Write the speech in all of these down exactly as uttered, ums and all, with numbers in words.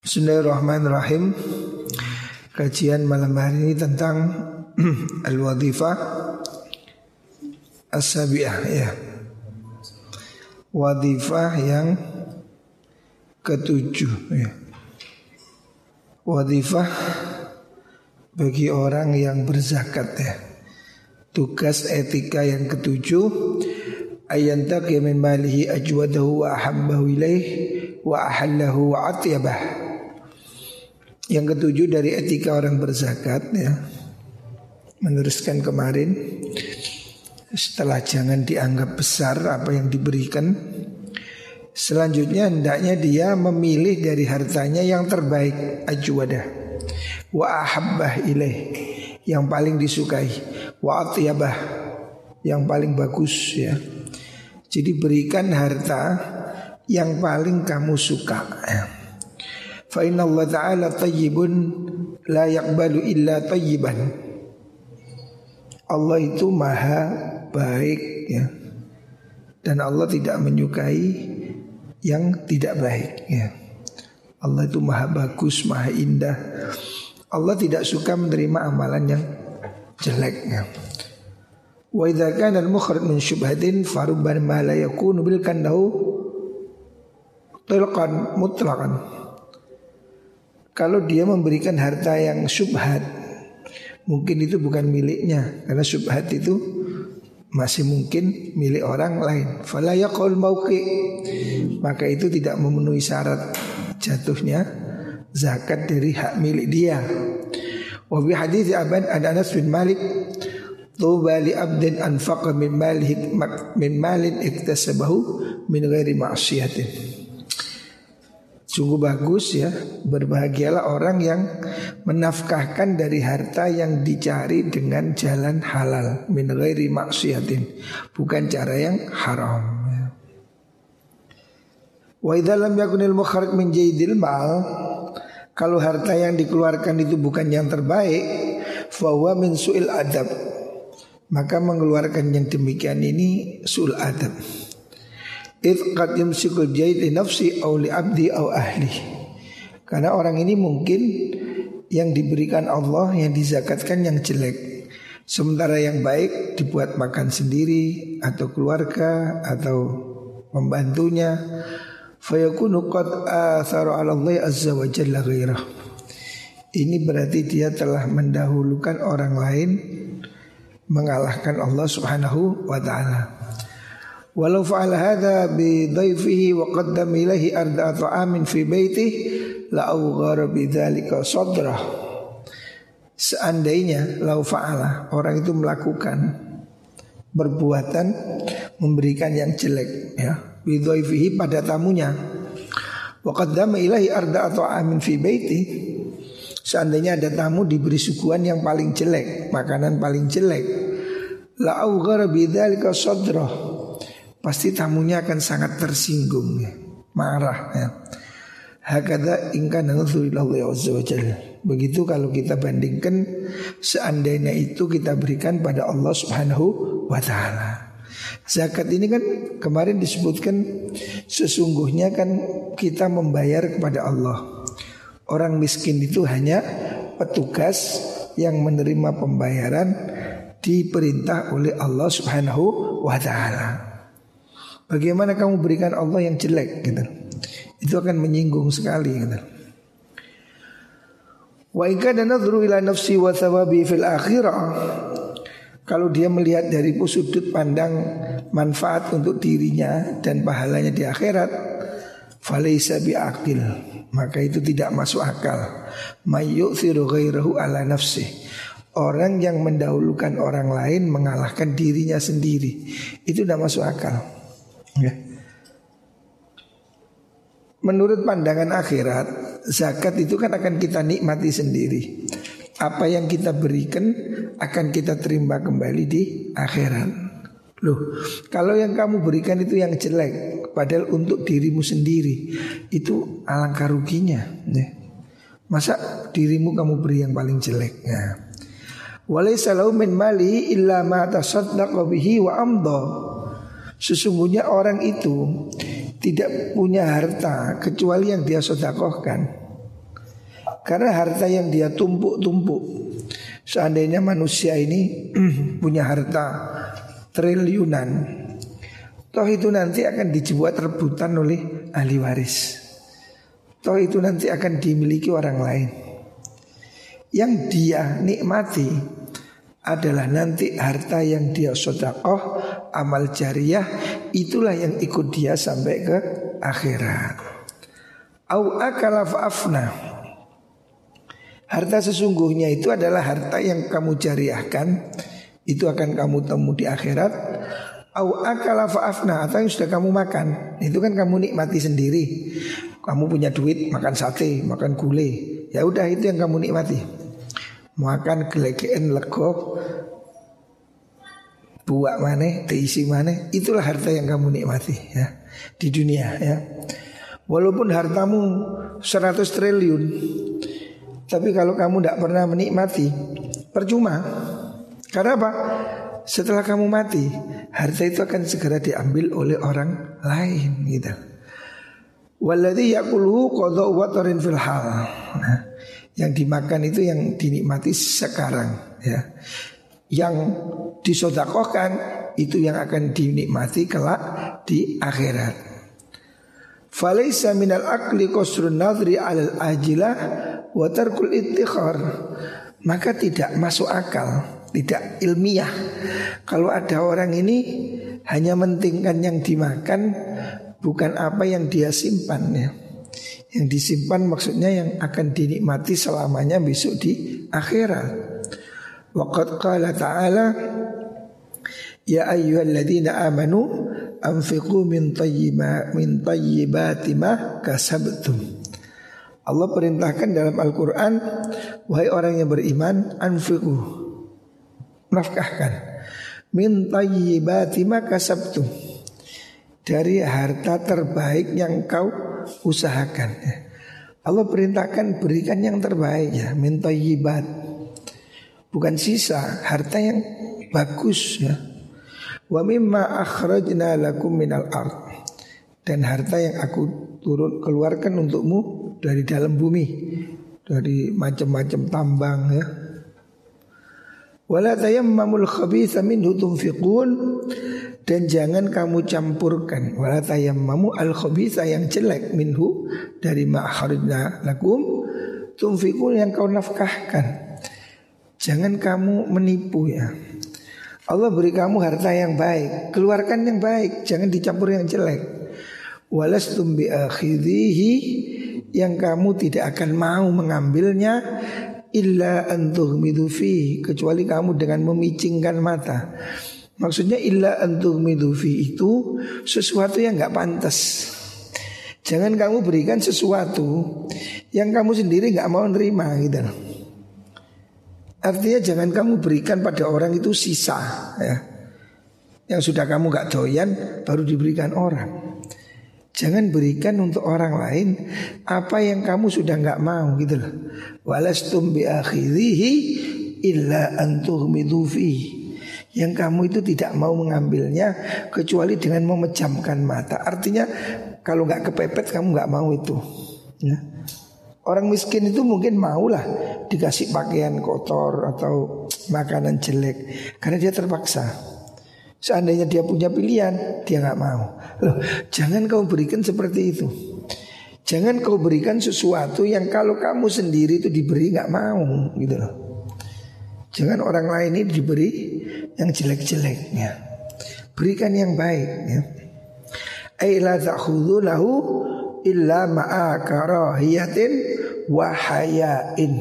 Bismillahirrahmanirrahim. Kajian malam hari ini tentang al-wadhifah as-sabi'ah, ya. Wadhifah yang ketujuh, ya. Wadhifah bagi orang yang berzakat, ya. Tugas etika yang ketujuh, ayantaqi min malihi ajwadahu wa ahabbahu ilaih wa ahallahu wa atyabah. Yang ketujuh dari etika orang berzakat, ya, meneruskan kemarin, setelah jangan dianggap besar apa yang diberikan, selanjutnya hendaknya dia memilih dari hartanya yang terbaik, ajwadah, wa ahabbah ilaih, yang paling disukai, wa atyabah, yang paling bagus, ya. Jadi berikan harta yang paling kamu suka, ya. Fa inna Allah Ta'ala tayyibun la yaqbalu illa tayyiban. Allah itu maha baik, ya. Dan Allah tidak menyukai yang tidak baik, ya. Allah itu maha bagus, maha indah. Allah tidak suka menerima amalan yang jelek, ya. Wa idza kana al-mukhrij min syubhatin farubban ma la yakunu bil kannahu tilqan mutlaqan. Kalau dia memberikan harta yang syubhat, mungkin itu bukan miliknya, karena syubhat itu masih mungkin milik orang lain. Fala yaqul mauqi, maka itu tidak memenuhi syarat jatuhnya zakat dari hak milik dia. Wa bi hadits Aban an Anas bin Malik, tuba li abdin anfaqa min malihi min malin iktasabahu min ghairi ma'siyatin. Sungguh bagus, ya, berbahagialah orang yang menafkahkan dari harta yang dicari dengan jalan halal, min ghairi maksiatin, bukan cara yang haram, ya. Wa idza lam yakunil mukhraj min jaydil mal, kalau harta yang dikeluarkan itu bukan yang terbaik, fa huwa min su'il adab, maka mengeluarkan yang demikian ini su'il adab. Idh qad yumsikul jayd li nafsi aw li abdi aw ahli. Karena orang ini mungkin yang diberikan Allah, yang dizakatkan yang jelek, sementara yang baik dibuat makan sendiri atau keluarga atau membantunya. Fayakunu qad athara 'ala Allah azza wa jalla ghairah. Ini berarti dia telah mendahulukan orang lain, mengalahkan Allah Subhanahu wa ta'ala. Walau fa'ala hadha bi dhaifihi wa qaddam ilaihi arda'a ta'amin fi baitihi la awghara bidzalika sadrah. Seandainya lau fa'ala, orang itu melakukan perbuatan memberikan yang jelek, ya, bi dhaifihi pada tamunya, wa qaddam ilaihi arda'a ta'amin fi baitihi, seandainya ada tamu diberi suguhan yang paling jelek, makanan paling jelek, la awghara bidzalika sadrah, pasti tamunya akan sangat tersinggung, ya, marah, ya. Hakadha in kana nuzulillahu azza wa jalla. Begitu kalau kita bandingkan, seandainya itu kita berikan pada Allah Subhanahu wa ta'ala. Zakat ini kan kemarin disebutkan sesungguhnya kan kita membayar kepada Allah. Orang miskin itu hanya petugas yang menerima pembayaran diperintah oleh Allah Subhanahu wa ta'ala. Bagaimana kamu berikan Allah yang jelek, gitu, itu akan menyinggung sekali, gitu. Wa in kana nadhru ila nafsi wa thawabi fil akhirah, kalau dia melihat dari sudut pandang manfaat untuk dirinya dan pahalanya di akhirat, falaysa biaqil, maka itu tidak masuk akal. May yu'thiru ghairahu ala nafsi, orang yang mendahulukan orang lain mengalahkan dirinya sendiri, itu tidak masuk akal, ya. Menurut pandangan akhirat, zakat itu kan akan kita nikmati sendiri. Apa yang kita berikan akan kita terima kembali di akhirat. Loh, kalau yang kamu berikan itu yang jelek, padahal untuk dirimu sendiri, itu alangkah ruginya, ya. Masa dirimu kamu beri yang paling jelek, ya. Walaysa lahu min mali illa ma tasaddaqa bihi wa amda. Sesungguhnya orang itu tidak punya harta kecuali yang dia sedekahkan. Karena harta yang dia tumpuk-tumpuk, seandainya manusia ini punya harta triliunan, toh itu nanti akan dibuat rebutan oleh ahli waris. Toh itu nanti akan dimiliki orang lain. Yang dia nikmati adalah nanti harta yang dia sedekah, amal jariyah, itulah yang ikut dia sampai ke akhirat. Au akala fa'afna, harta sesungguhnya itu adalah harta yang kamu jariyahkan, itu akan kamu temu di akhirat. Au akala fa'afna, atau yang sudah kamu makan, itu kan kamu nikmati sendiri. Kamu punya duit makan sate, makan gulai, ya udah itu yang kamu nikmati. Makan gelegean lego, buak maneh, diisi maneh, itulah harta yang kamu nikmati ya di dunia ya. Walaupun hartamu seratus triliun, tapi kalau kamu tidak pernah menikmati, percuma. Karena apa? Setelah kamu mati, harta itu akan segera diambil oleh orang lain gitu. Walladzi yaqulu qadha wa tarin fil hal. Nah, yang dimakan itu yang dinikmati sekarang ya. Yang disedekahkan itu yang akan dinikmati kelak di akhirat. Falaisa minal akli qasrun nadri alal ajilah wa tarkul ittikhar. Maka tidak masuk akal, tidak ilmiah kalau ada orang ini hanya mentingkan yang dimakan, bukan apa yang dia simpan ya. Yang disimpan maksudnya yang akan dinikmati selamanya besok di akhirat. Waqad qala ta'ala ya ayyuhalladzina amanu anfiqu min tayyibati min tayyibati ma kasabtum. Allah perintahkan dalam Al-Qur'an, wahai orang yang beriman, anfiqu, nafkahkan, min tayyibati ma kasabtum, dari harta terbaik yang kau usahakan. Allah perintahkan berikan yang terbaik ya, min tayyibat, bukan sisa, harta yang bagus ya. Wa mimma akhrajna lakum minal ard, dan harta yang aku turun keluarkan untukmu dari dalam bumi, dari macam-macam tambang ya. Wala tayammamul khabitha minhu tunfiqun, dan jangan kamu campurkan, wala tayammamu al khabitha, yang jelek, minhu, dari ma akhrajna lakum, tunfiqun, yang kau nafkahkan. Jangan kamu menipu ya. Allah beri kamu harta yang baik, keluarkan yang baik, jangan dicampur yang jelek. Walastum bi akhidhihi, yang kamu tidak akan mau mengambilnya, illa antughmidu fi, kecuali kamu dengan memicingkan mata. Maksudnya illa antughmidu fi itu sesuatu yang enggak pantas. Jangan kamu berikan sesuatu yang kamu sendiri enggak mau nerima gitu. Artinya jangan kamu berikan pada orang itu sisa ya, yang sudah kamu gak doyan baru diberikan orang. Jangan berikan untuk orang lain apa yang kamu sudah gak mau gitu loh. Walastum bi akhidhihi illa antughmidu fi, yang kamu itu tidak mau mengambilnya kecuali dengan memejamkan mata. Artinya kalau gak kepepet kamu gak mau itu ya. Orang miskin itu mungkin maulah dikasih pakaian kotor atau makanan jelek karena dia terpaksa. Seandainya dia punya pilihan, dia gak mau. Loh, jangan kau berikan seperti itu. Jangan kau berikan sesuatu yang kalau kamu sendiri itu diberi gak mau gitu loh. Jangan orang lain ini diberi yang jelek-jeleknya. Berikan yang baik ya. Ai la ta'khudhu lahu illa ma'a karahiyatin wa hayain.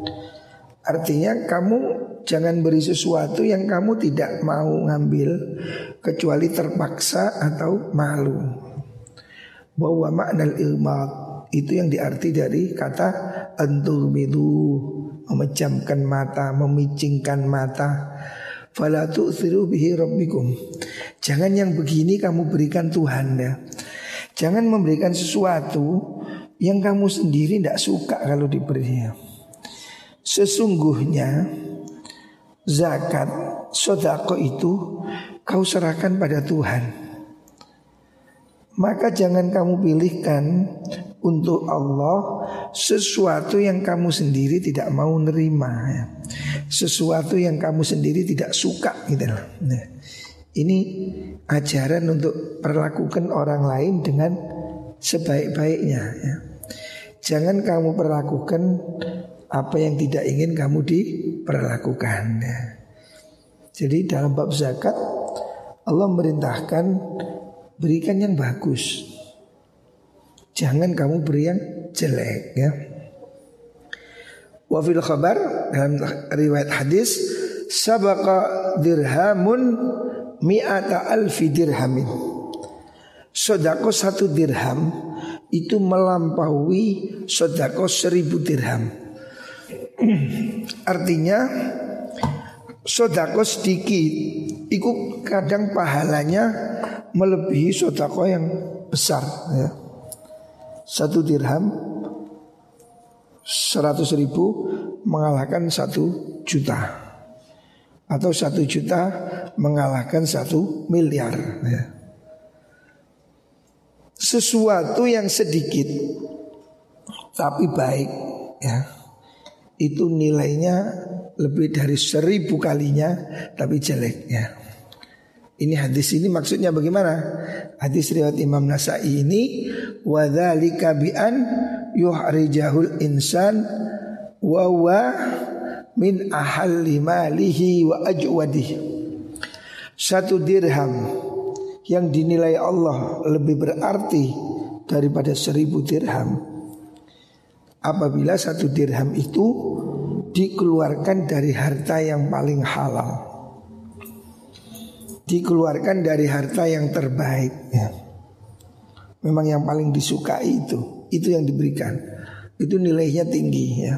Artinya kamu jangan beri sesuatu yang kamu tidak mau ngambil kecuali terpaksa atau malu. Bahwa makna ilmat itu yang diarti dari kata antughmidu, memejamkan mata, memicingkan mata. Fala tu'thiru bihi rabbikum, jangan yang begini kamu berikan Tuhan ya. Jangan memberikan sesuatu yang kamu sendiri tidak suka kalau diberinya. Sesungguhnya zakat, sedekah itu kau serahkan pada Tuhan. Maka jangan kamu pilihkan untuk Allah sesuatu yang kamu sendiri tidak mau nerima ya. Sesuatu yang kamu sendiri tidak suka gitu loh. Nah, ini ajaran untuk perlakukan orang lain dengan sebaik-baiknya ya. Jangan kamu perlakukan apa yang tidak ingin kamu diperlakukan ya. Jadi dalam bab zakat Allah merintahkan berikan yang bagus. Jangan kamu beri yang jelek ya. Wa fil khabar, dalam riwayat hadis, sabaqa dirhamun mi'ata alfi dirhamin. Sodako satu dirham itu melampaui sodako seribu dirham. Artinya sodako sedikit itu kadang pahalanya melebihi sodako yang besar ya. Satu dirham seratus ribu mengalahkan satu juta, atau satu juta mengalahkan satu miliar ya. Sesuatu yang sedikit tapi baik ya, itu nilainya lebih dari seribu kalinya tapi jelek ya. Ini hadis ini maksudnya bagaimana? Hadis riwayat Imam Nasa'i ini, wa dzalika bi an yuhrijahul insan wa wa min ahalli malihi wa ajwadihi. Satu dirham yang dinilai Allah lebih berarti daripada seribu dirham apabila satu dirham itu dikeluarkan dari harta yang paling halal, dikeluarkan dari harta yang terbaik ya. Memang yang paling disukai itu, itu yang diberikan, itu nilainya tinggi ya.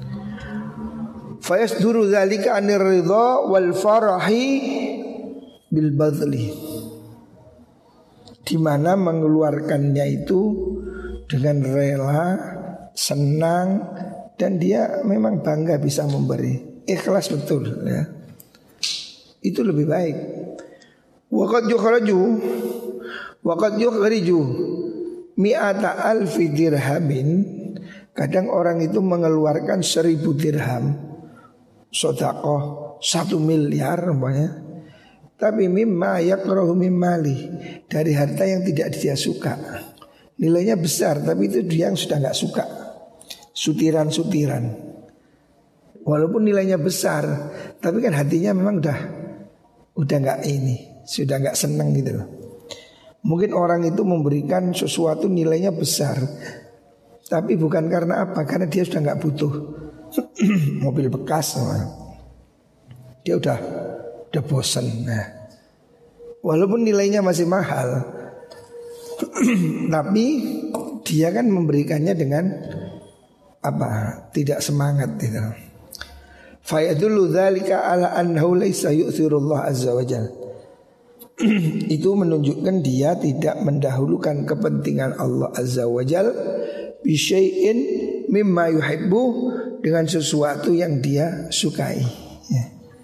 Fayasduru dzalika anir ridha wal farahi bil badli, di mana mengeluarkannya itu dengan rela, senang, dan dia memang bangga bisa memberi, ikhlas betul ya. Itu lebih baik. Waqad yukhraju waqad yukhriju mi'ata alfi dirhamin. Kadang orang itu mengeluarkan seribu dirham, sedekah satu miliar umpamanya, tapi mimma yakrahu mimmali, dari harta yang tidak dia suka. Nilainya besar tapi itu dia yang sudah gak suka, sutiran-sutiran. Walaupun nilainya besar, tapi kan hatinya memang udah udah gak ini, sudah gak senang gitu loh. Mungkin orang itu memberikan sesuatu nilainya besar, tapi bukan karena apa, karena dia sudah gak butuh mobil bekas, dia udah udah bosan. Nah, walaupun nilainya masih mahal, tapi dia kan memberikannya dengan apa? Tidak semangat gitu. Fa yadullu dzalika ala annahu laysa yu'thirullah azza wajalla. Itu menunjukkan dia tidak mendahulukan kepentingan Allah azza wajalla bi syai'in mimma yuhibbu, dengan sesuatu yang dia sukai ya.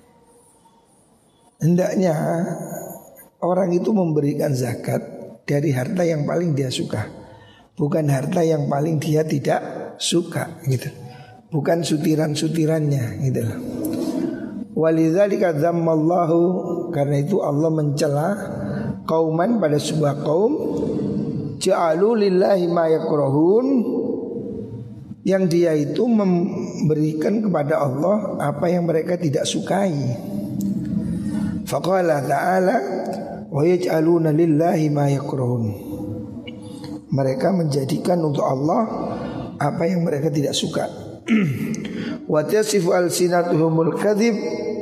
Hendaknya orang itu memberikan zakat dari harta yang paling dia suka, bukan harta yang paling dia tidak suka gitu, bukan sutiran-sutirannya gitu. Walidzalika dzammallahu, karena itu Allah mencela kauman pada sebuah kaum, ja'alu lillahi ma yakrahun, yang dia itu memberikan kepada Allah apa yang mereka tidak sukai. Faqala ta'ala wa yaj'aluna lillahi ma yakrahun, mereka menjadikan untuk Allah apa yang mereka tidak suka. Wa tasifu alsinatuhumul kadzib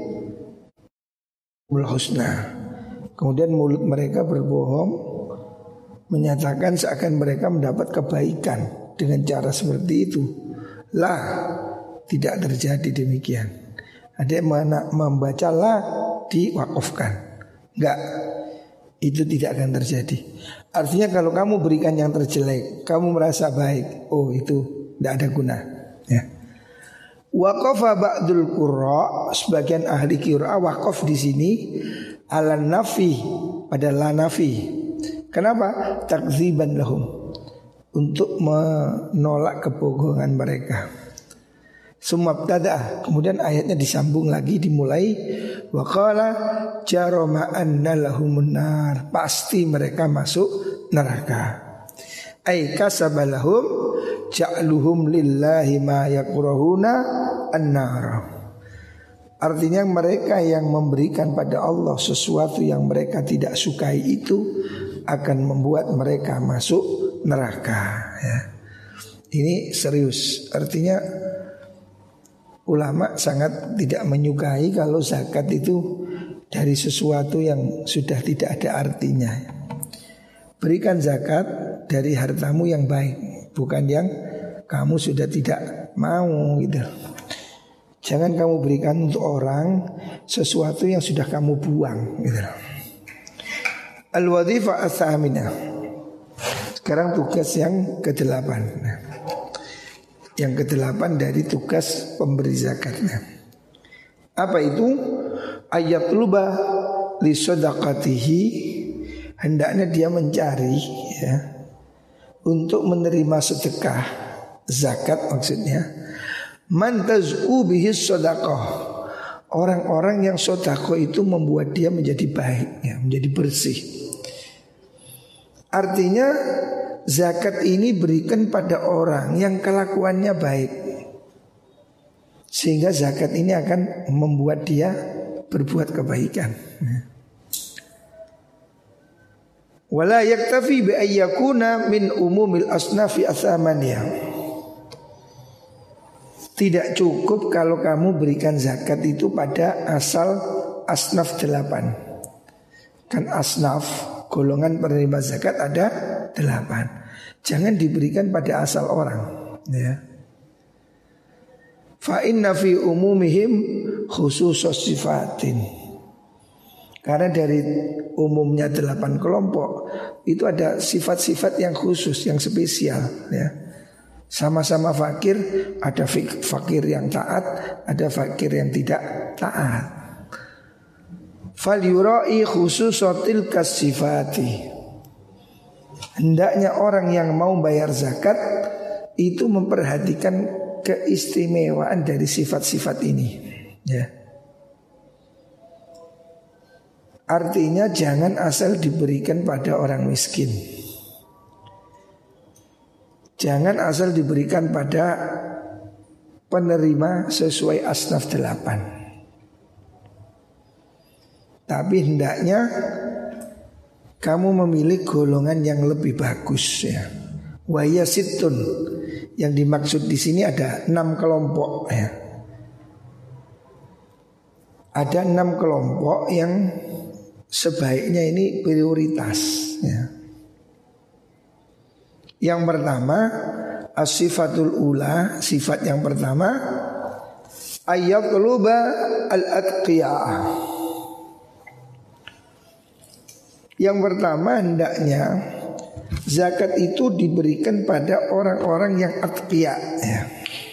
bil husna, kemudian mulut mereka berbohong, menyatakan seakan mereka mendapat kebaikan dengan cara seperti itu. Lah, tidak terjadi demikian. Ada yang membaca lah diwakafkan, enggak, itu tidak akan terjadi. Artinya kalau kamu berikan yang terjelek, kamu merasa baik, oh itu tidak ada guna ya. Waqafa ba'dul qurra, sebagian ahli qiraah waqaf di sini ala nafi, pada la nafi. Kenapa? Takdziban lahum, untuk menolak kebohongan mereka. Sumabtada, kemudian ayatnya disambung lagi, dimulai wa qala jarama anna lahumun nar, pasti mereka masuk neraka. Ai kasabalahum ja'luhum lillahi ma yakrahuna an-nar. Artinya mereka yang memberikan pada Allah sesuatu yang mereka tidak sukai itu akan membuat mereka masuk neraka, ya. Ini serius. Artinya ulama sangat tidak menyukai kalau zakat itu dari sesuatu yang sudah tidak ada artinya. Berikan zakat dari hartamu yang baik, bukan yang kamu sudah tidak mau gitu. Jangan kamu berikan untuk orang sesuatu yang sudah kamu buang gitu. Al-wadhifah as-saminah. Sekarang tugas yang kedelapan. Yang kedelapan dari tugas pemberi zakatnya. Apa itu? Ayat luba li sadaqatihi, hendaknya dia mencari, ya, untuk menerima sedekah zakat maksudnya. Man tazku bihi sadaqah, orang-orang yang sedekah itu membuat dia menjadi baik, ya, menjadi bersih. Artinya zakat ini berikan pada orang yang kelakuannya baik, sehingga zakat ini akan membuat dia berbuat kebaikan. Wala yaktafi bi ayyakuna min umumil asnafi athamaniyah. Tidak cukup kalau kamu berikan zakat itu pada asal asnaf delapan. Kan asnaf, golongan penerima zakat ada delapan. Jangan diberikan pada asal orang, ya. Fa inna fi umumihim khususus sifatin. Karena dari umumnya delapan kelompok itu ada sifat-sifat yang khusus, yang spesial, ya. Sama-sama fakir, ada fakir yang taat, ada fakir yang tidak taat. Fal yurai khususatil kasifati. Hendaknya orang yang mau bayar zakat itu memperhatikan keistimewaan dari sifat-sifat ini, ya. Artinya jangan asal diberikan pada orang miskin. Jangan asal diberikan pada penerima sesuai asnaf delapan. Tapi hendaknya kamu memilih golongan yang lebih bagus, ya. Wahya situn, yang dimaksud di sini ada enam kelompok, ya. Ada enam kelompok yang sebaiknya ini prioritas, ya. Yang pertama as-sifatul ula, sifat yang pertama ayyatluba al-atqiyah. Yang pertama hendaknya zakat itu diberikan pada orang-orang yang atqiya, ya.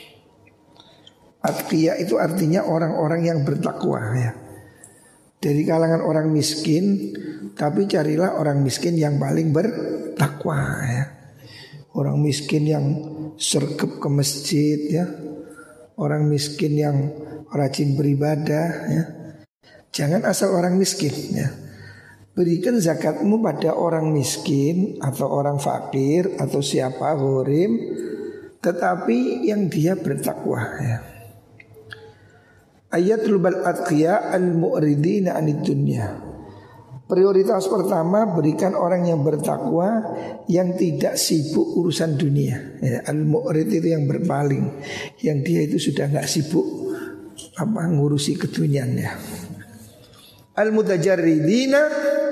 Atqiya itu artinya orang-orang yang bertakwa, ya. Dari kalangan orang miskin, tapi carilah orang miskin yang paling bertakwa, ya. Orang miskin yang sergap ke masjid, ya. Orang miskin yang rajin beribadah, ya. Jangan asal orang miskin, ya. Berikan zakatmu pada orang miskin atau orang fakir atau siapa ghurim, tetapi yang dia bertakwa, ya. Ayatul bal atqiya al-mu'ridina anid dunya. Prioritas pertama berikan orang yang bertakwa, yang tidak sibuk urusan dunia, ya. Al-mu'rid itu yang berpaling, yang dia itu sudah nggak sibuk apa ngurusi keduniannya. Al-mutajarridina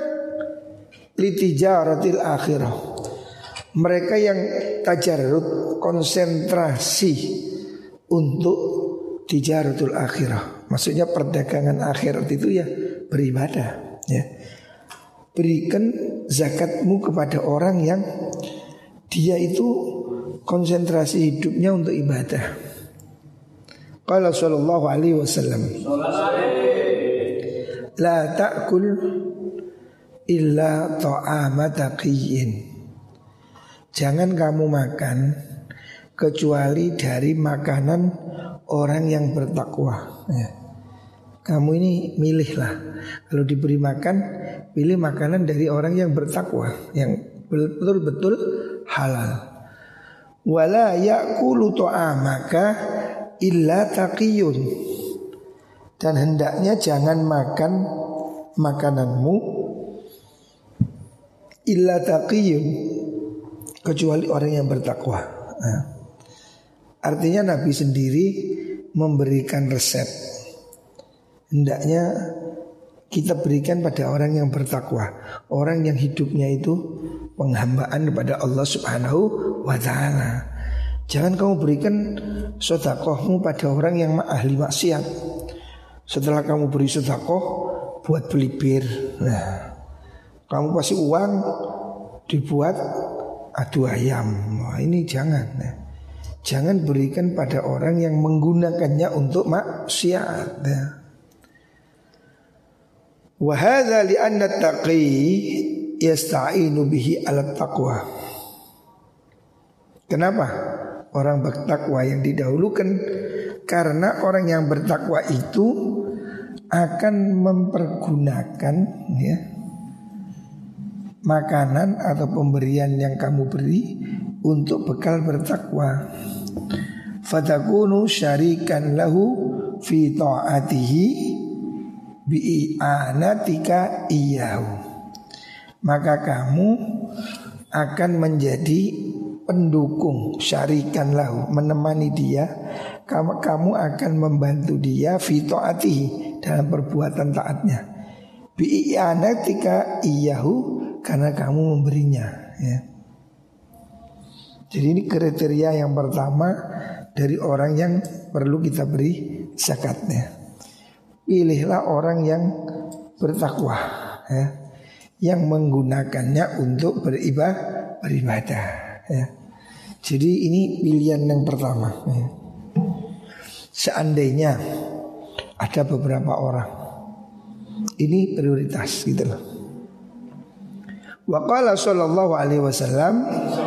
litijaratil akhirah. Mereka yang tajarrud, konsentrasi untuk tijaratul akhirah. Maksudnya perdagangan akhirat itu ya beribadah, ya. Berikan zakatmu kepada orang yang dia itu konsentrasi hidupnya untuk ibadah. Qala sallallahu alaihi wasallam, la ta'kul illa ta'ama taqiyyin. jangan kamu makan kecuali dari makanan orang yang bertakwa. Ya. Kamu ini milihlah, kalau diberi makan, pilih makanan dari orang yang bertakwa, yang betul-betul halal. Wala ya'kulu ta'amaka illa taqiyun. Dan hendaknya jangan makan makananmu illa taqiyun, kecuali orang yang bertakwa. Nah, artinya Nabi sendiri memberikan resep, hendaknya kita berikan pada orang yang bertakwa, orang yang hidupnya itu penghambaan kepada Allah Subhanahu wa ta'ala. Jangan kamu berikan sedekahmu pada orang yang ahli maksiat. Setelah kamu beri sedekah buat beli bir, nah, kamu kasih uang dibuat adu ayam. Wah, ini jangan. Nah, jangan berikan pada orang yang menggunakannya untuk maksiat. Nah. Wa hadza li anna taqi yasta'inu bihi ala taqwa. Kenapa orang bertakwa yang didahulukan? Karena orang yang bertakwa itu akan mempergunakan ya, makanan atau pemberian yang kamu beri untuk bekal bertakwa. Fatakunu syarikan lahu fi ta'atihi bi'anatika iyahu. Maka kamu akan menjadi pendukung, syarikan lahu, menemani dia. Kamu, kamu akan membantu dia fi ta'atihi, dalam perbuatan taatnya, bi'anatika iyahu, karena kamu memberinya ya. Jadi ini kriteria yang pertama dari orang yang perlu kita beri zakatnya. Pilihlah orang yang bertakwa ya, yang menggunakannya untuk beribadah, beribadah ya. Jadi ini pilihan yang pertama ya. Seandainya ada beberapa orang, ini prioritas gitu loh. Wa qala sallallahu alaihi wasallam,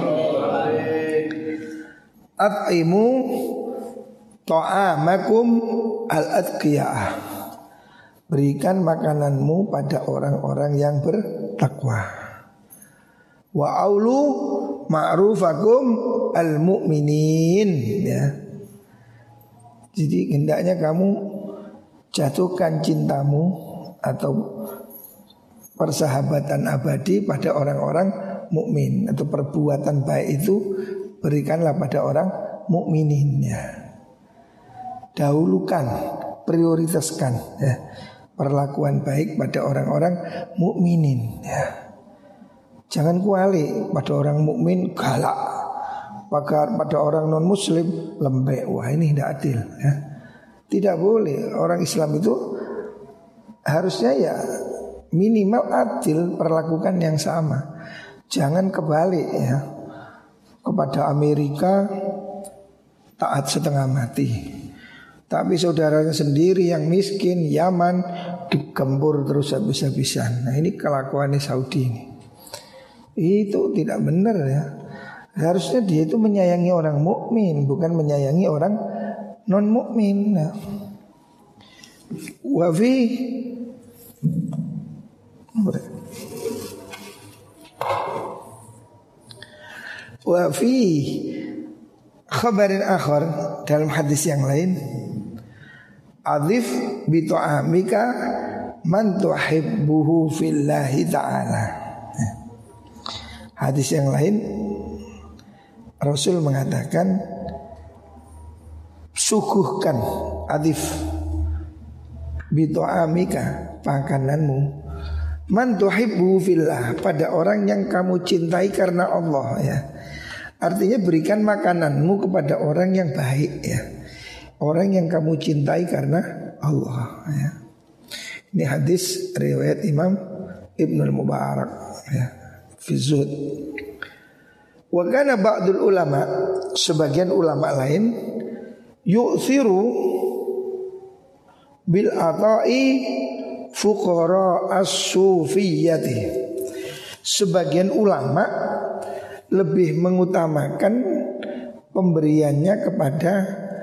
at'imu ta'amakum al-atqiyah. Berikan makananmu pada orang-orang yang bertakwa. Wa aulu ma'rufakum al-mu'minin ya. Jadi hendaknya kamu jatuhkan cintamu atau persahabatan abadi pada orang-orang mukmin, atau perbuatan baik itu berikanlah pada orang mukminin ya. Dahulukan, prioritaskan ya, perlakuan baik pada orang-orang mukminin ya. Jangan kuali pada orang mukmin galak, pada pada orang non muslim lembek. Wah, ini tidak adil ya. Tidak boleh. Orang Islam itu harusnya ya minimal adil, perlakukan yang sama. Jangan kebalik ya. Kepada Amerika taat setengah mati, tapi saudaranya sendiri yang miskin Yaman digempur terus habis-habisan. Nah ini kelakuannya Saudi ini. Itu tidak benar ya. Harusnya dia itu menyayangi orang mukmin, bukan menyayangi orang non mukmin. Nah. Wa fi wa fi khabarin akhar, dalam hadis yang lain, adif bi ta'amika man tuhibbuhu fillahi ta'ala. Hadis yang lain Rasul mengatakan, suguhkan adif bi ta'amika, makananmu, man tuhibbuhu fillah, pada orang yang kamu cintai karena Allah ya. Artinya berikan makananmu kepada orang yang baik ya, orang yang kamu cintai karena Allah ya. Ini hadis riwayat Imam Ibnul Mubarak ya, fi Zuhd. Wa kana ba'dul ulama, sebagian ulama lain, yu'thiru bil ata'i fuqara as-sufiyyati. Sebagian ulama lebih mengutamakan pemberiannya kepada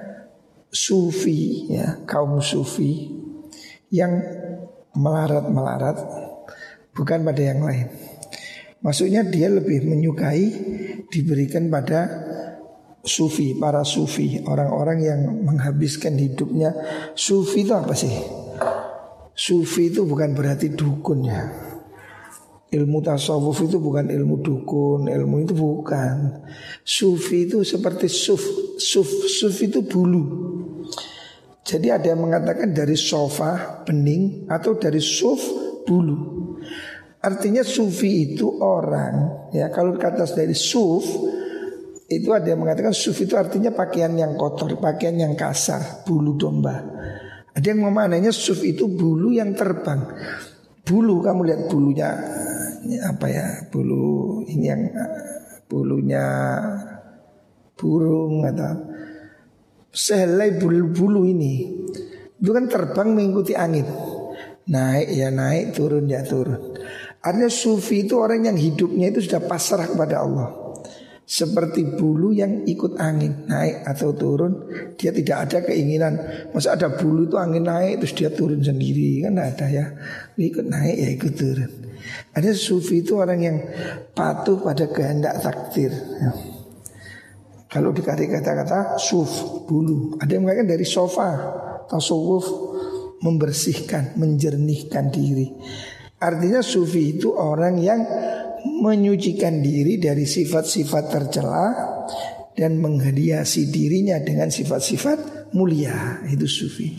sufi, ya, kaum sufi yang melarat-melarat, bukan pada yang lain. Maksudnya dia lebih menyukai diberikan pada sufi, para sufi, orang-orang yang menghabiskan hidupnya. Sufi itu apa sih? Sufi itu bukan berarti dukun ya. Ilmu tasawuf itu bukan ilmu dukun, ilmu itu bukan. Sufi itu seperti suf, suf, suf itu bulu. Jadi ada yang mengatakan dari sofa bening atau dari suf bulu. Artinya sufi itu orang, ya, kalau kata dari suf itu ada yang mengatakan suf itu artinya pakaian yang kotor, pakaian yang kasar, bulu domba. Ada yang memaknainya suf itu bulu yang terbang. Bulu, kamu lihat bulunya apa ya? Bulu ini yang bulunya burung atau sehelai bulu-bulu ini itu kan terbang mengikuti angin. Naik ya naik, turun ya turun. Artinya sufi itu orang yang hidupnya itu sudah pasrah kepada Allah. Seperti bulu yang ikut angin, naik atau turun. Dia tidak ada keinginan, masa ada bulu itu angin naik terus dia turun sendiri, kan tidak ada ya. Ikut naik ya ikut turun. Ada sufi itu orang yang patuh pada kehendak takdir ya. Kalau dikasih kata-kata suf, bulu. Ada yang mengatakan dari sofa, tasawuf, membersihkan, menjernihkan diri. Artinya sufi itu orang yang menyucikan diri dari sifat-sifat tercela dan menghiasi dirinya dengan sifat-sifat mulia. Itu sufi.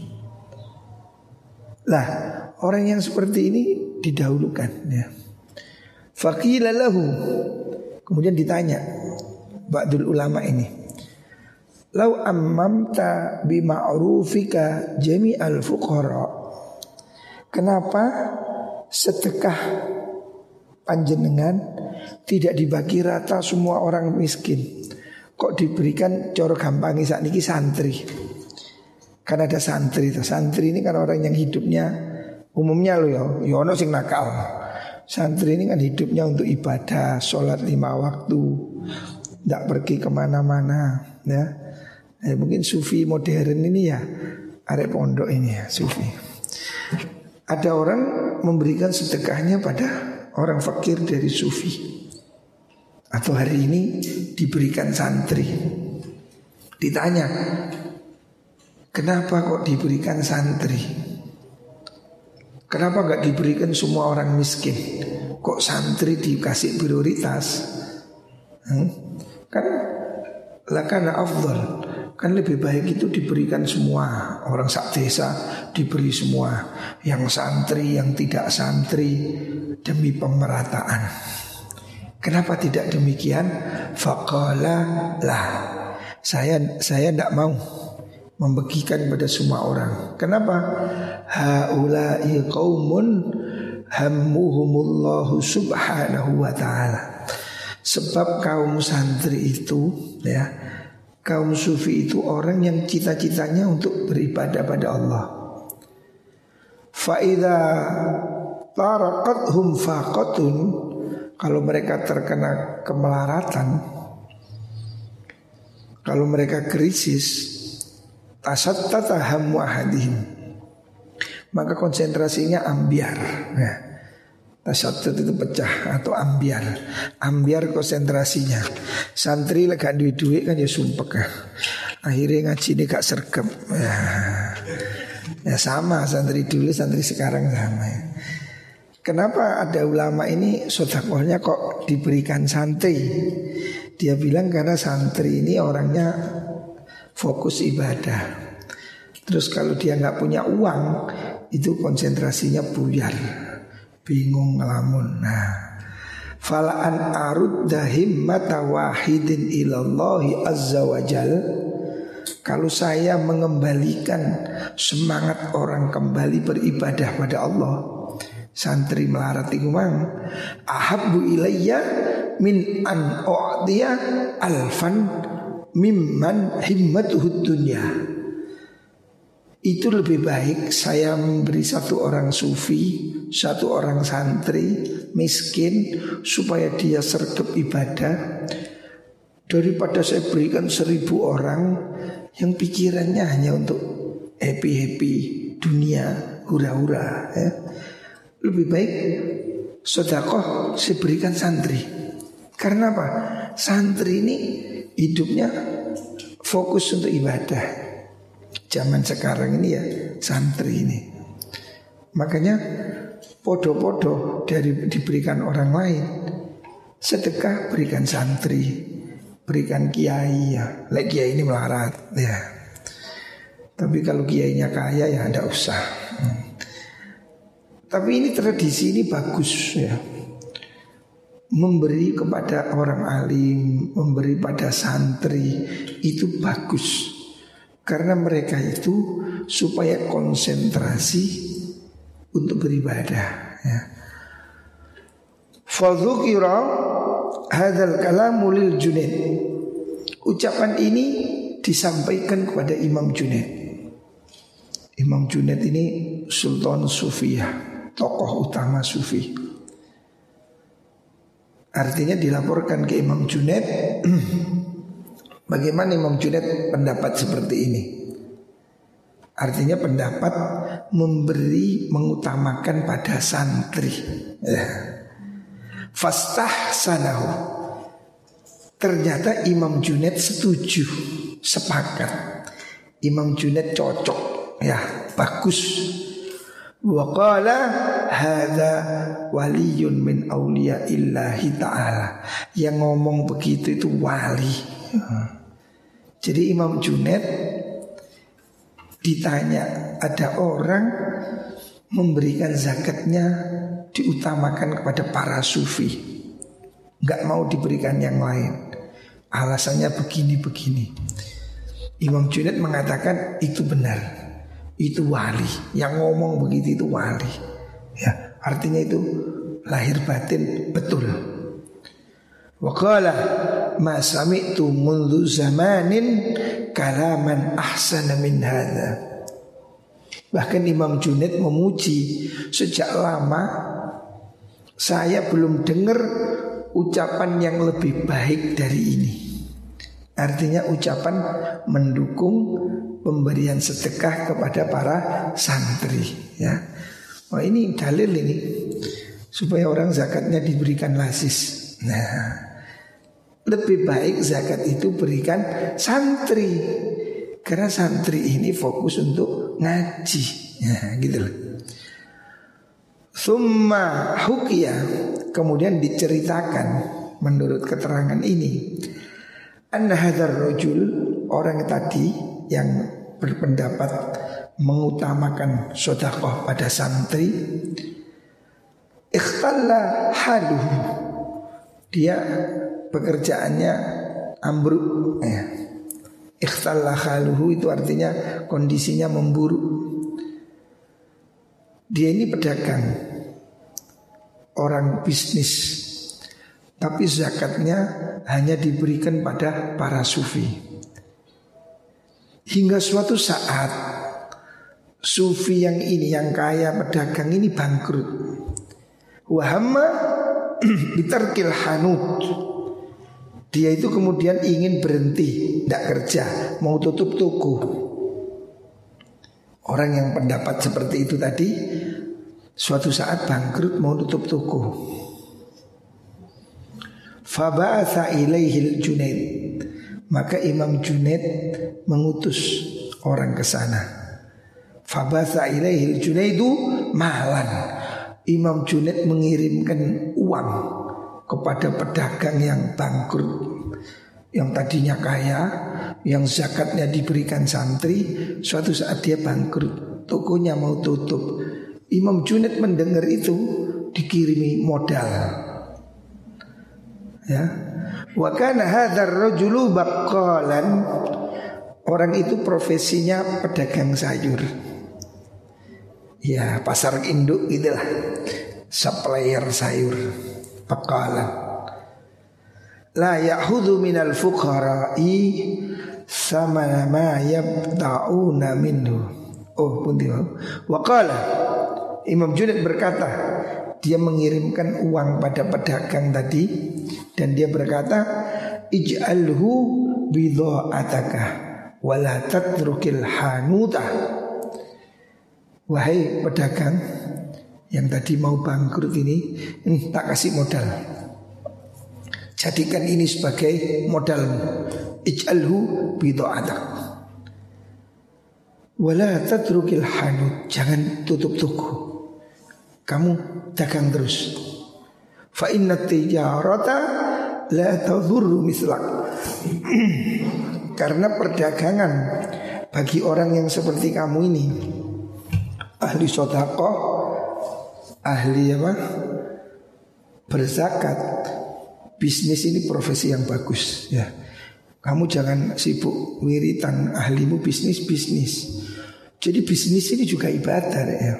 Lah, orang yang seperti ini didahulukan ya. Faqila lahu, kemudian ditanya ba'dul ulama ini, lau ammamta bima'rufika jami'al fuqara, kenapa sedekah panjenengan tidak dibagi rata semua orang miskin, kok diberikan coro gampangi sakniki santri? Kan ada santri tuh. Santri ini kan orang yang hidupnya umumnya loh ya, ya ono sing nakal. Santri ini kan hidupnya untuk ibadah, sholat lima waktu, tidak pergi kemana-mana ya. Eh, mungkin sufi modern ini ya, arek pondok ini ya sufi. Ada orang memberikan sedekahnya pada orang fakir dari sufi, atau hari ini diberikan santri. Ditanya, kenapa kok diberikan santri? Kenapa gak diberikan semua orang miskin? Kok santri dikasih prioritas? Hmm? Kan lakana afdal, kan lebih baik itu diberikan semua. Orang sak desa diberi semua, yang santri, yang tidak santri, demi pemerataan. Kenapa tidak demikian? Faqala lah, saya saya tidak mau membagikan pada semua orang. Kenapa? Haula'i qaumun hammuhumullahu subhanahu wa ta'ala. Sebab kaum santri itu ya, kaum sufi itu orang yang cita-citanya untuk beribadah pada Allah. Fa idza taraqathum faqatun, kalau mereka terkena kemelaratan, kalau mereka krisis, tasattata hammu ahadihim, maka konsentrasinya ambiar ya. Tasattat itu pecah atau ambiar. Ambiar konsentrasinya. Santri lagi gak duit duit kan ya sumpek ya. Akhirnya ngaji ini gak sergap ya. Ya sama santri dulu santri sekarang sama ya. Kenapa ada ulama ini sedekahnya kok diberikan santri? Dia bilang karena santri ini orangnya fokus ibadah. Terus kalau dia nggak punya uang, itu konsentrasinya buyar, bingung ngelamun. Nah, falaan arudda himmata wahidin ilallahi azza wajal, kalau saya mengembalikan semangat orang kembali beribadah pada Allah, santri melarat iku mang, ahabbu ilayya min an u'tiya alfan mimman himmatuhud dunya. itu lebih baik saya memberi satu orang sufi, satu orang santri miskin supaya dia sergap ibadah, daripada saya berikan seribu orang yang pikirannya hanya untuk happy-happy dunia, hura-hura ya. Lebih baik sedekah saya berikan santri. Karena apa? Santri ini hidupnya fokus untuk ibadah. Zaman sekarang ini ya santri ini. Makanya podo-podo dari diberikan orang lain, sedekah berikan santri, berikan kiai ya. Lek kiai ini melarat ya. Tapi kalau kiainya kaya ya tidak usah. hmm. Tapi ini tradisi ini bagus ya. Memberi kepada orang alim, memberi pada santri itu bagus. Karena mereka itu supaya konsentrasi untuk beribadah ya. Fadzukira hadzal kalamu lil Junaid. Ucapan ini disampaikan kepada Imam Junaid. Imam Junaid ini Sultan Sufiyah, tokoh utama Sufi. Artinya dilaporkan ke Imam Junaid. Bagaimana Imam Junaid pendapat seperti ini? Artinya pendapat memberi, mengutamakan pada santri ya. Fastahsanahu. Ternyata Imam Junaid setuju, sepakat. Imam Junaid cocok ya, bagus. Wa qala hadza waliyun min auliya illahi ta'ala. Yang ngomong begitu itu wali. Jadi Imam Junaid ditanya, ada orang memberikan zakatnya diutamakan kepada para sufi, nggak mau diberikan yang lain. Alasannya begini-begini. Imam Junaid mengatakan itu benar, itu wali. Yang ngomong begitu itu wali ya, artinya itu lahir batin betul. Wa qala ma sami'tu mundu zamanin kalaman ahsana min hadza. Bahkan Imam Junaid memuji, sejak lama saya belum dengar ucapan yang lebih baik dari ini. Artinya ucapan mendukung pemberian sedekah kepada para santri ya. Wah, ini dalil ini supaya orang zakatnya diberikan lasis. Nah, lebih baik zakat itu berikan santri, karena santri ini fokus untuk ngaji ya, gitu loh. Summa hukiya, kemudian diceritakan menurut keterangan ini, anna hadzal rajul, orang tadi yang berpendapat mengutamakan sedekah pada santri, ikhtalla haluhu, dia pekerjaannya ambruk ya. Ikhtalla haluhu itu artinya kondisinya memburuk. Dia ini pedagang, orang bisnis, tapi zakatnya hanya diberikan pada para sufi. Hingga suatu saat sufi yang ini, yang kaya pedagang ini bangkrut. Wahamma bitarkil hanut. Dia itu kemudian ingin berhenti, tidak kerja, mau tutup toko. Orang yang pendapat seperti itu tadi suatu saat bangkrut, mau tutup toko. Faba'atha ilaihil Junaid. Maka Imam Junaid mengutus orang ke sana. Faba'atha ilaihil Junaidu malan. Imam Junaid mengirimkan uang kepada pedagang yang bangkrut, yang tadinya kaya, yang zakatnya diberikan santri. Suatu saat dia bangkrut, tokonya mau tutup. Imam Junaid mendengar itu, dikirimi modal ya. Wa kana hadzal rajulu baqqalan. Orang itu profesinya pedagang sayur. Ya, pasar induk gitulah. Supplier sayur, bakalan. La ya'khudhu minal fuqara'i sama ma yabta'una minhu. Oh pun dia. Waqala Imam Junaid berkata, dia mengirimkan uang pada pedagang tadi dan dia berkata, ij'alhu bidha'ataka wala tatrukil hanuta. Wahai pedagang yang tadi mau bangkrut ini, ini tak kasih modal. Jadikan ini sebagai modalmu. Ij'alhu bidha'atak wala tatrukil hanut. Jangan tutup toko, kamu dagang terus. Fa inna tijarata la tadhurru mislak. Karena perdagangan bagi orang yang seperti kamu ini, ahli sedekah, ahli apa? Berzakat. Bisnis ini profesi yang bagus ya. Kamu jangan sibuk wiritan, ahlimu bisnis-bisnis. Jadi bisnis ini juga ibadah ya.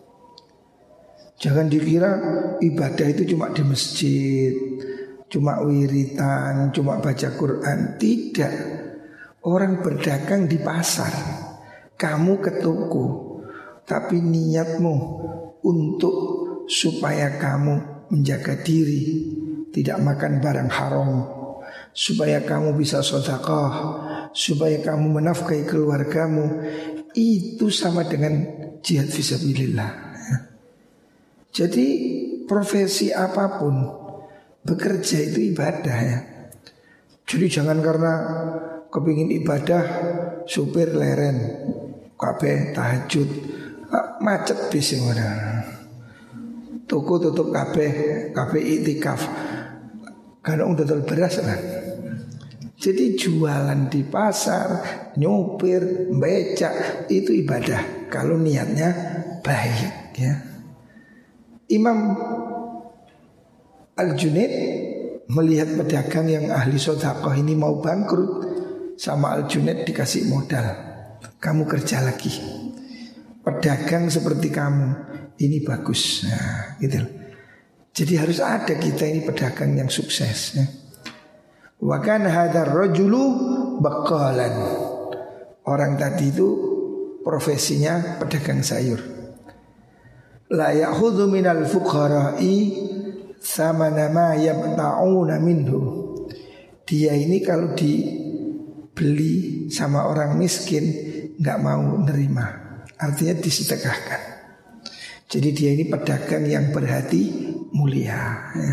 Jangan dikira ibadah itu cuma di masjid, cuma wiritan, cuma baca Quran. Tidak. Orang berdagang di pasar, kamu ke toko, tapi niatmu untuk supaya kamu menjaga diri, tidak makan barang haram, supaya kamu bisa sedekah, supaya kamu menafkahi keluargamu. Itu sama dengan jihad fisabilillah. Jadi profesi apapun, bekerja itu ibadah ya. Jadi jangan karena kepingin ibadah supir leren, kabeh tahajud, macet bis ngono. Toko tutup kabeh, kabeh iktikaf. Karena udah beras kan. Jadi jualan di pasar, nyopir, becak itu ibadah kalau niatnya baik ya. Imam Al-Junaid melihat pedagang yang ahli sedekah ini mau bangkrut, sama Al-Junaid dikasih modal. Kamu kerja lagi. Pedagang seperti kamu ini bagus. Nah, gitu. Jadi harus ada kita ini pedagang yang sukses ya. Wa kana hadzal rajulu baqalan. Orang tadi itu profesinya pedagang sayur. La ya'khudhu minal fuqara'i samana ma yabta'una minhu. Dia ini kalau dibeli sama orang miskin enggak mau nerima. Artinya disedekahkan. Jadi dia ini pedagang yang berhati mulia ya.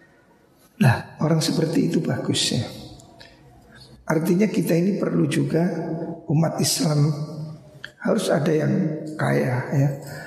Lah orang seperti itu bagus ya. Artinya kita ini perlu juga umat Islam harus ada yang kaya ya.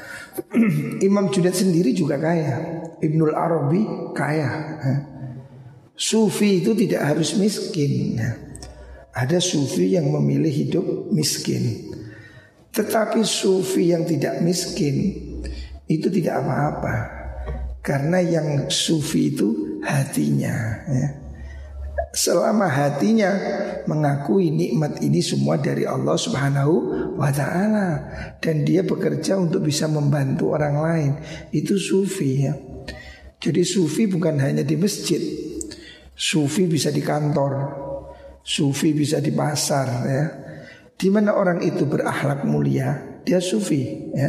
Imam Junaid sendiri juga kaya, Ibnul Arabi kaya ya. Sufi itu tidak harus miskin ya. Ada sufi yang memilih hidup miskin. Tetapi sufi yang tidak miskin itu tidak apa-apa. Karena yang sufi itu hatinya ya. Selama hatinya mengakui nikmat ini semua dari Allah Subhanahu wa ta'ala, dan dia bekerja untuk bisa membantu orang lain, itu sufi ya. Jadi sufi bukan hanya di masjid, sufi bisa di kantor, sufi bisa di pasar ya. Di mana orang itu berakhlak mulia, dia sufi ya.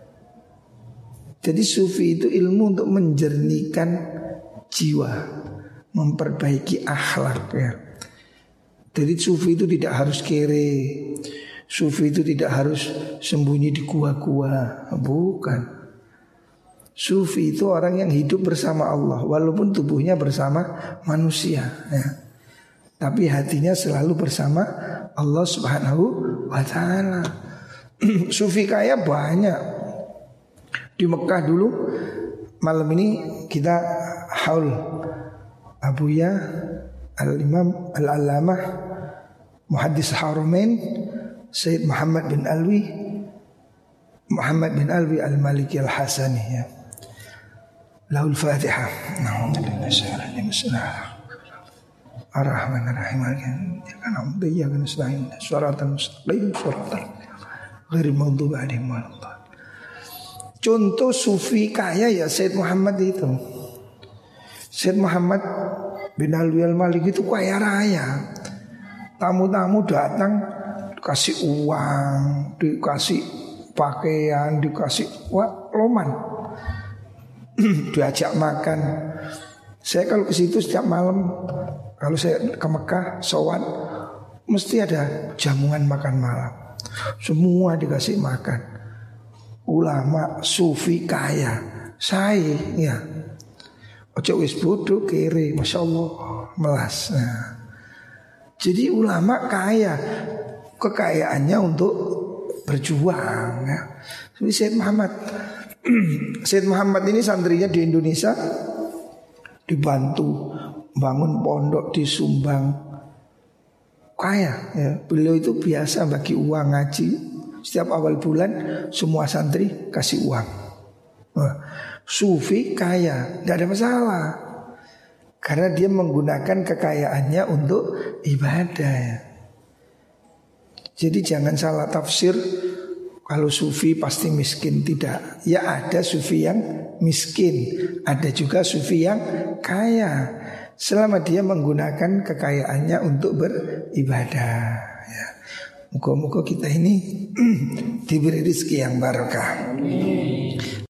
Jadi sufi itu ilmu untuk menjernihkan jiwa, memperbaiki akhlak ya. Jadi sufi itu tidak harus kere, sufi itu tidak harus sembunyi di gua-gua, bukan. Sufi itu orang yang hidup bersama Allah, walaupun tubuhnya bersama manusia ya. Tapi hatinya selalu bersama Allah Subhanahu wa ta'ala. Sufi kaya banyak. Di Mekah dulu malam ini kita haul Abuya Al-Imam Al-Allamah Muhaddis Haramain Sayyid Muhammad bin Alwi Muhammad bin Alwi Al-Maliki Al-Hasani ya. Lahul Fatihah. Ar-Rahman Ar-Rahim. Ya kan nasta'in shiratal mustaqim shiratal ghairil maghdubi 'alaihim waladdallin. Contoh sufi kaya ya Sayyid Muhammad itu. Sayyid Muhammad bin Alwi Al-Maliki itu kaya raya. Tamu-tamu datang dikasih uang, dikasih pakaian, dikasih wah loman. Diajak makan. Saya kalau ke situ setiap malam, kalau saya ke Mekah, sowan, mesti ada jamuan makan malam. Semua dikasih makan. Ulama sufi kaya, saya ya. Ojo wis bodoh kere, masya Allah, melas. Nah. Jadi ulama kaya, kekayaannya untuk berjuang. Ya. Seperti Sayyid Muhammad. Sayyid Muhammad ini santrinya di Indonesia dibantu bangun pondok di Sumbang, kaya. Ya. Beliau itu biasa bagi uang ngaji. Setiap awal bulan semua santri kasih uang. Wah. Sufi kaya, tidak ada masalah, karena dia menggunakan kekayaannya untuk ibadah. Jadi jangan salah tafsir kalau sufi pasti miskin, tidak. Ya ada sufi yang miskin, ada juga sufi yang kaya, selama dia menggunakan kekayaannya untuk beribadah. Ya. Muka-muka kita ini diberi rezeki yang barokah.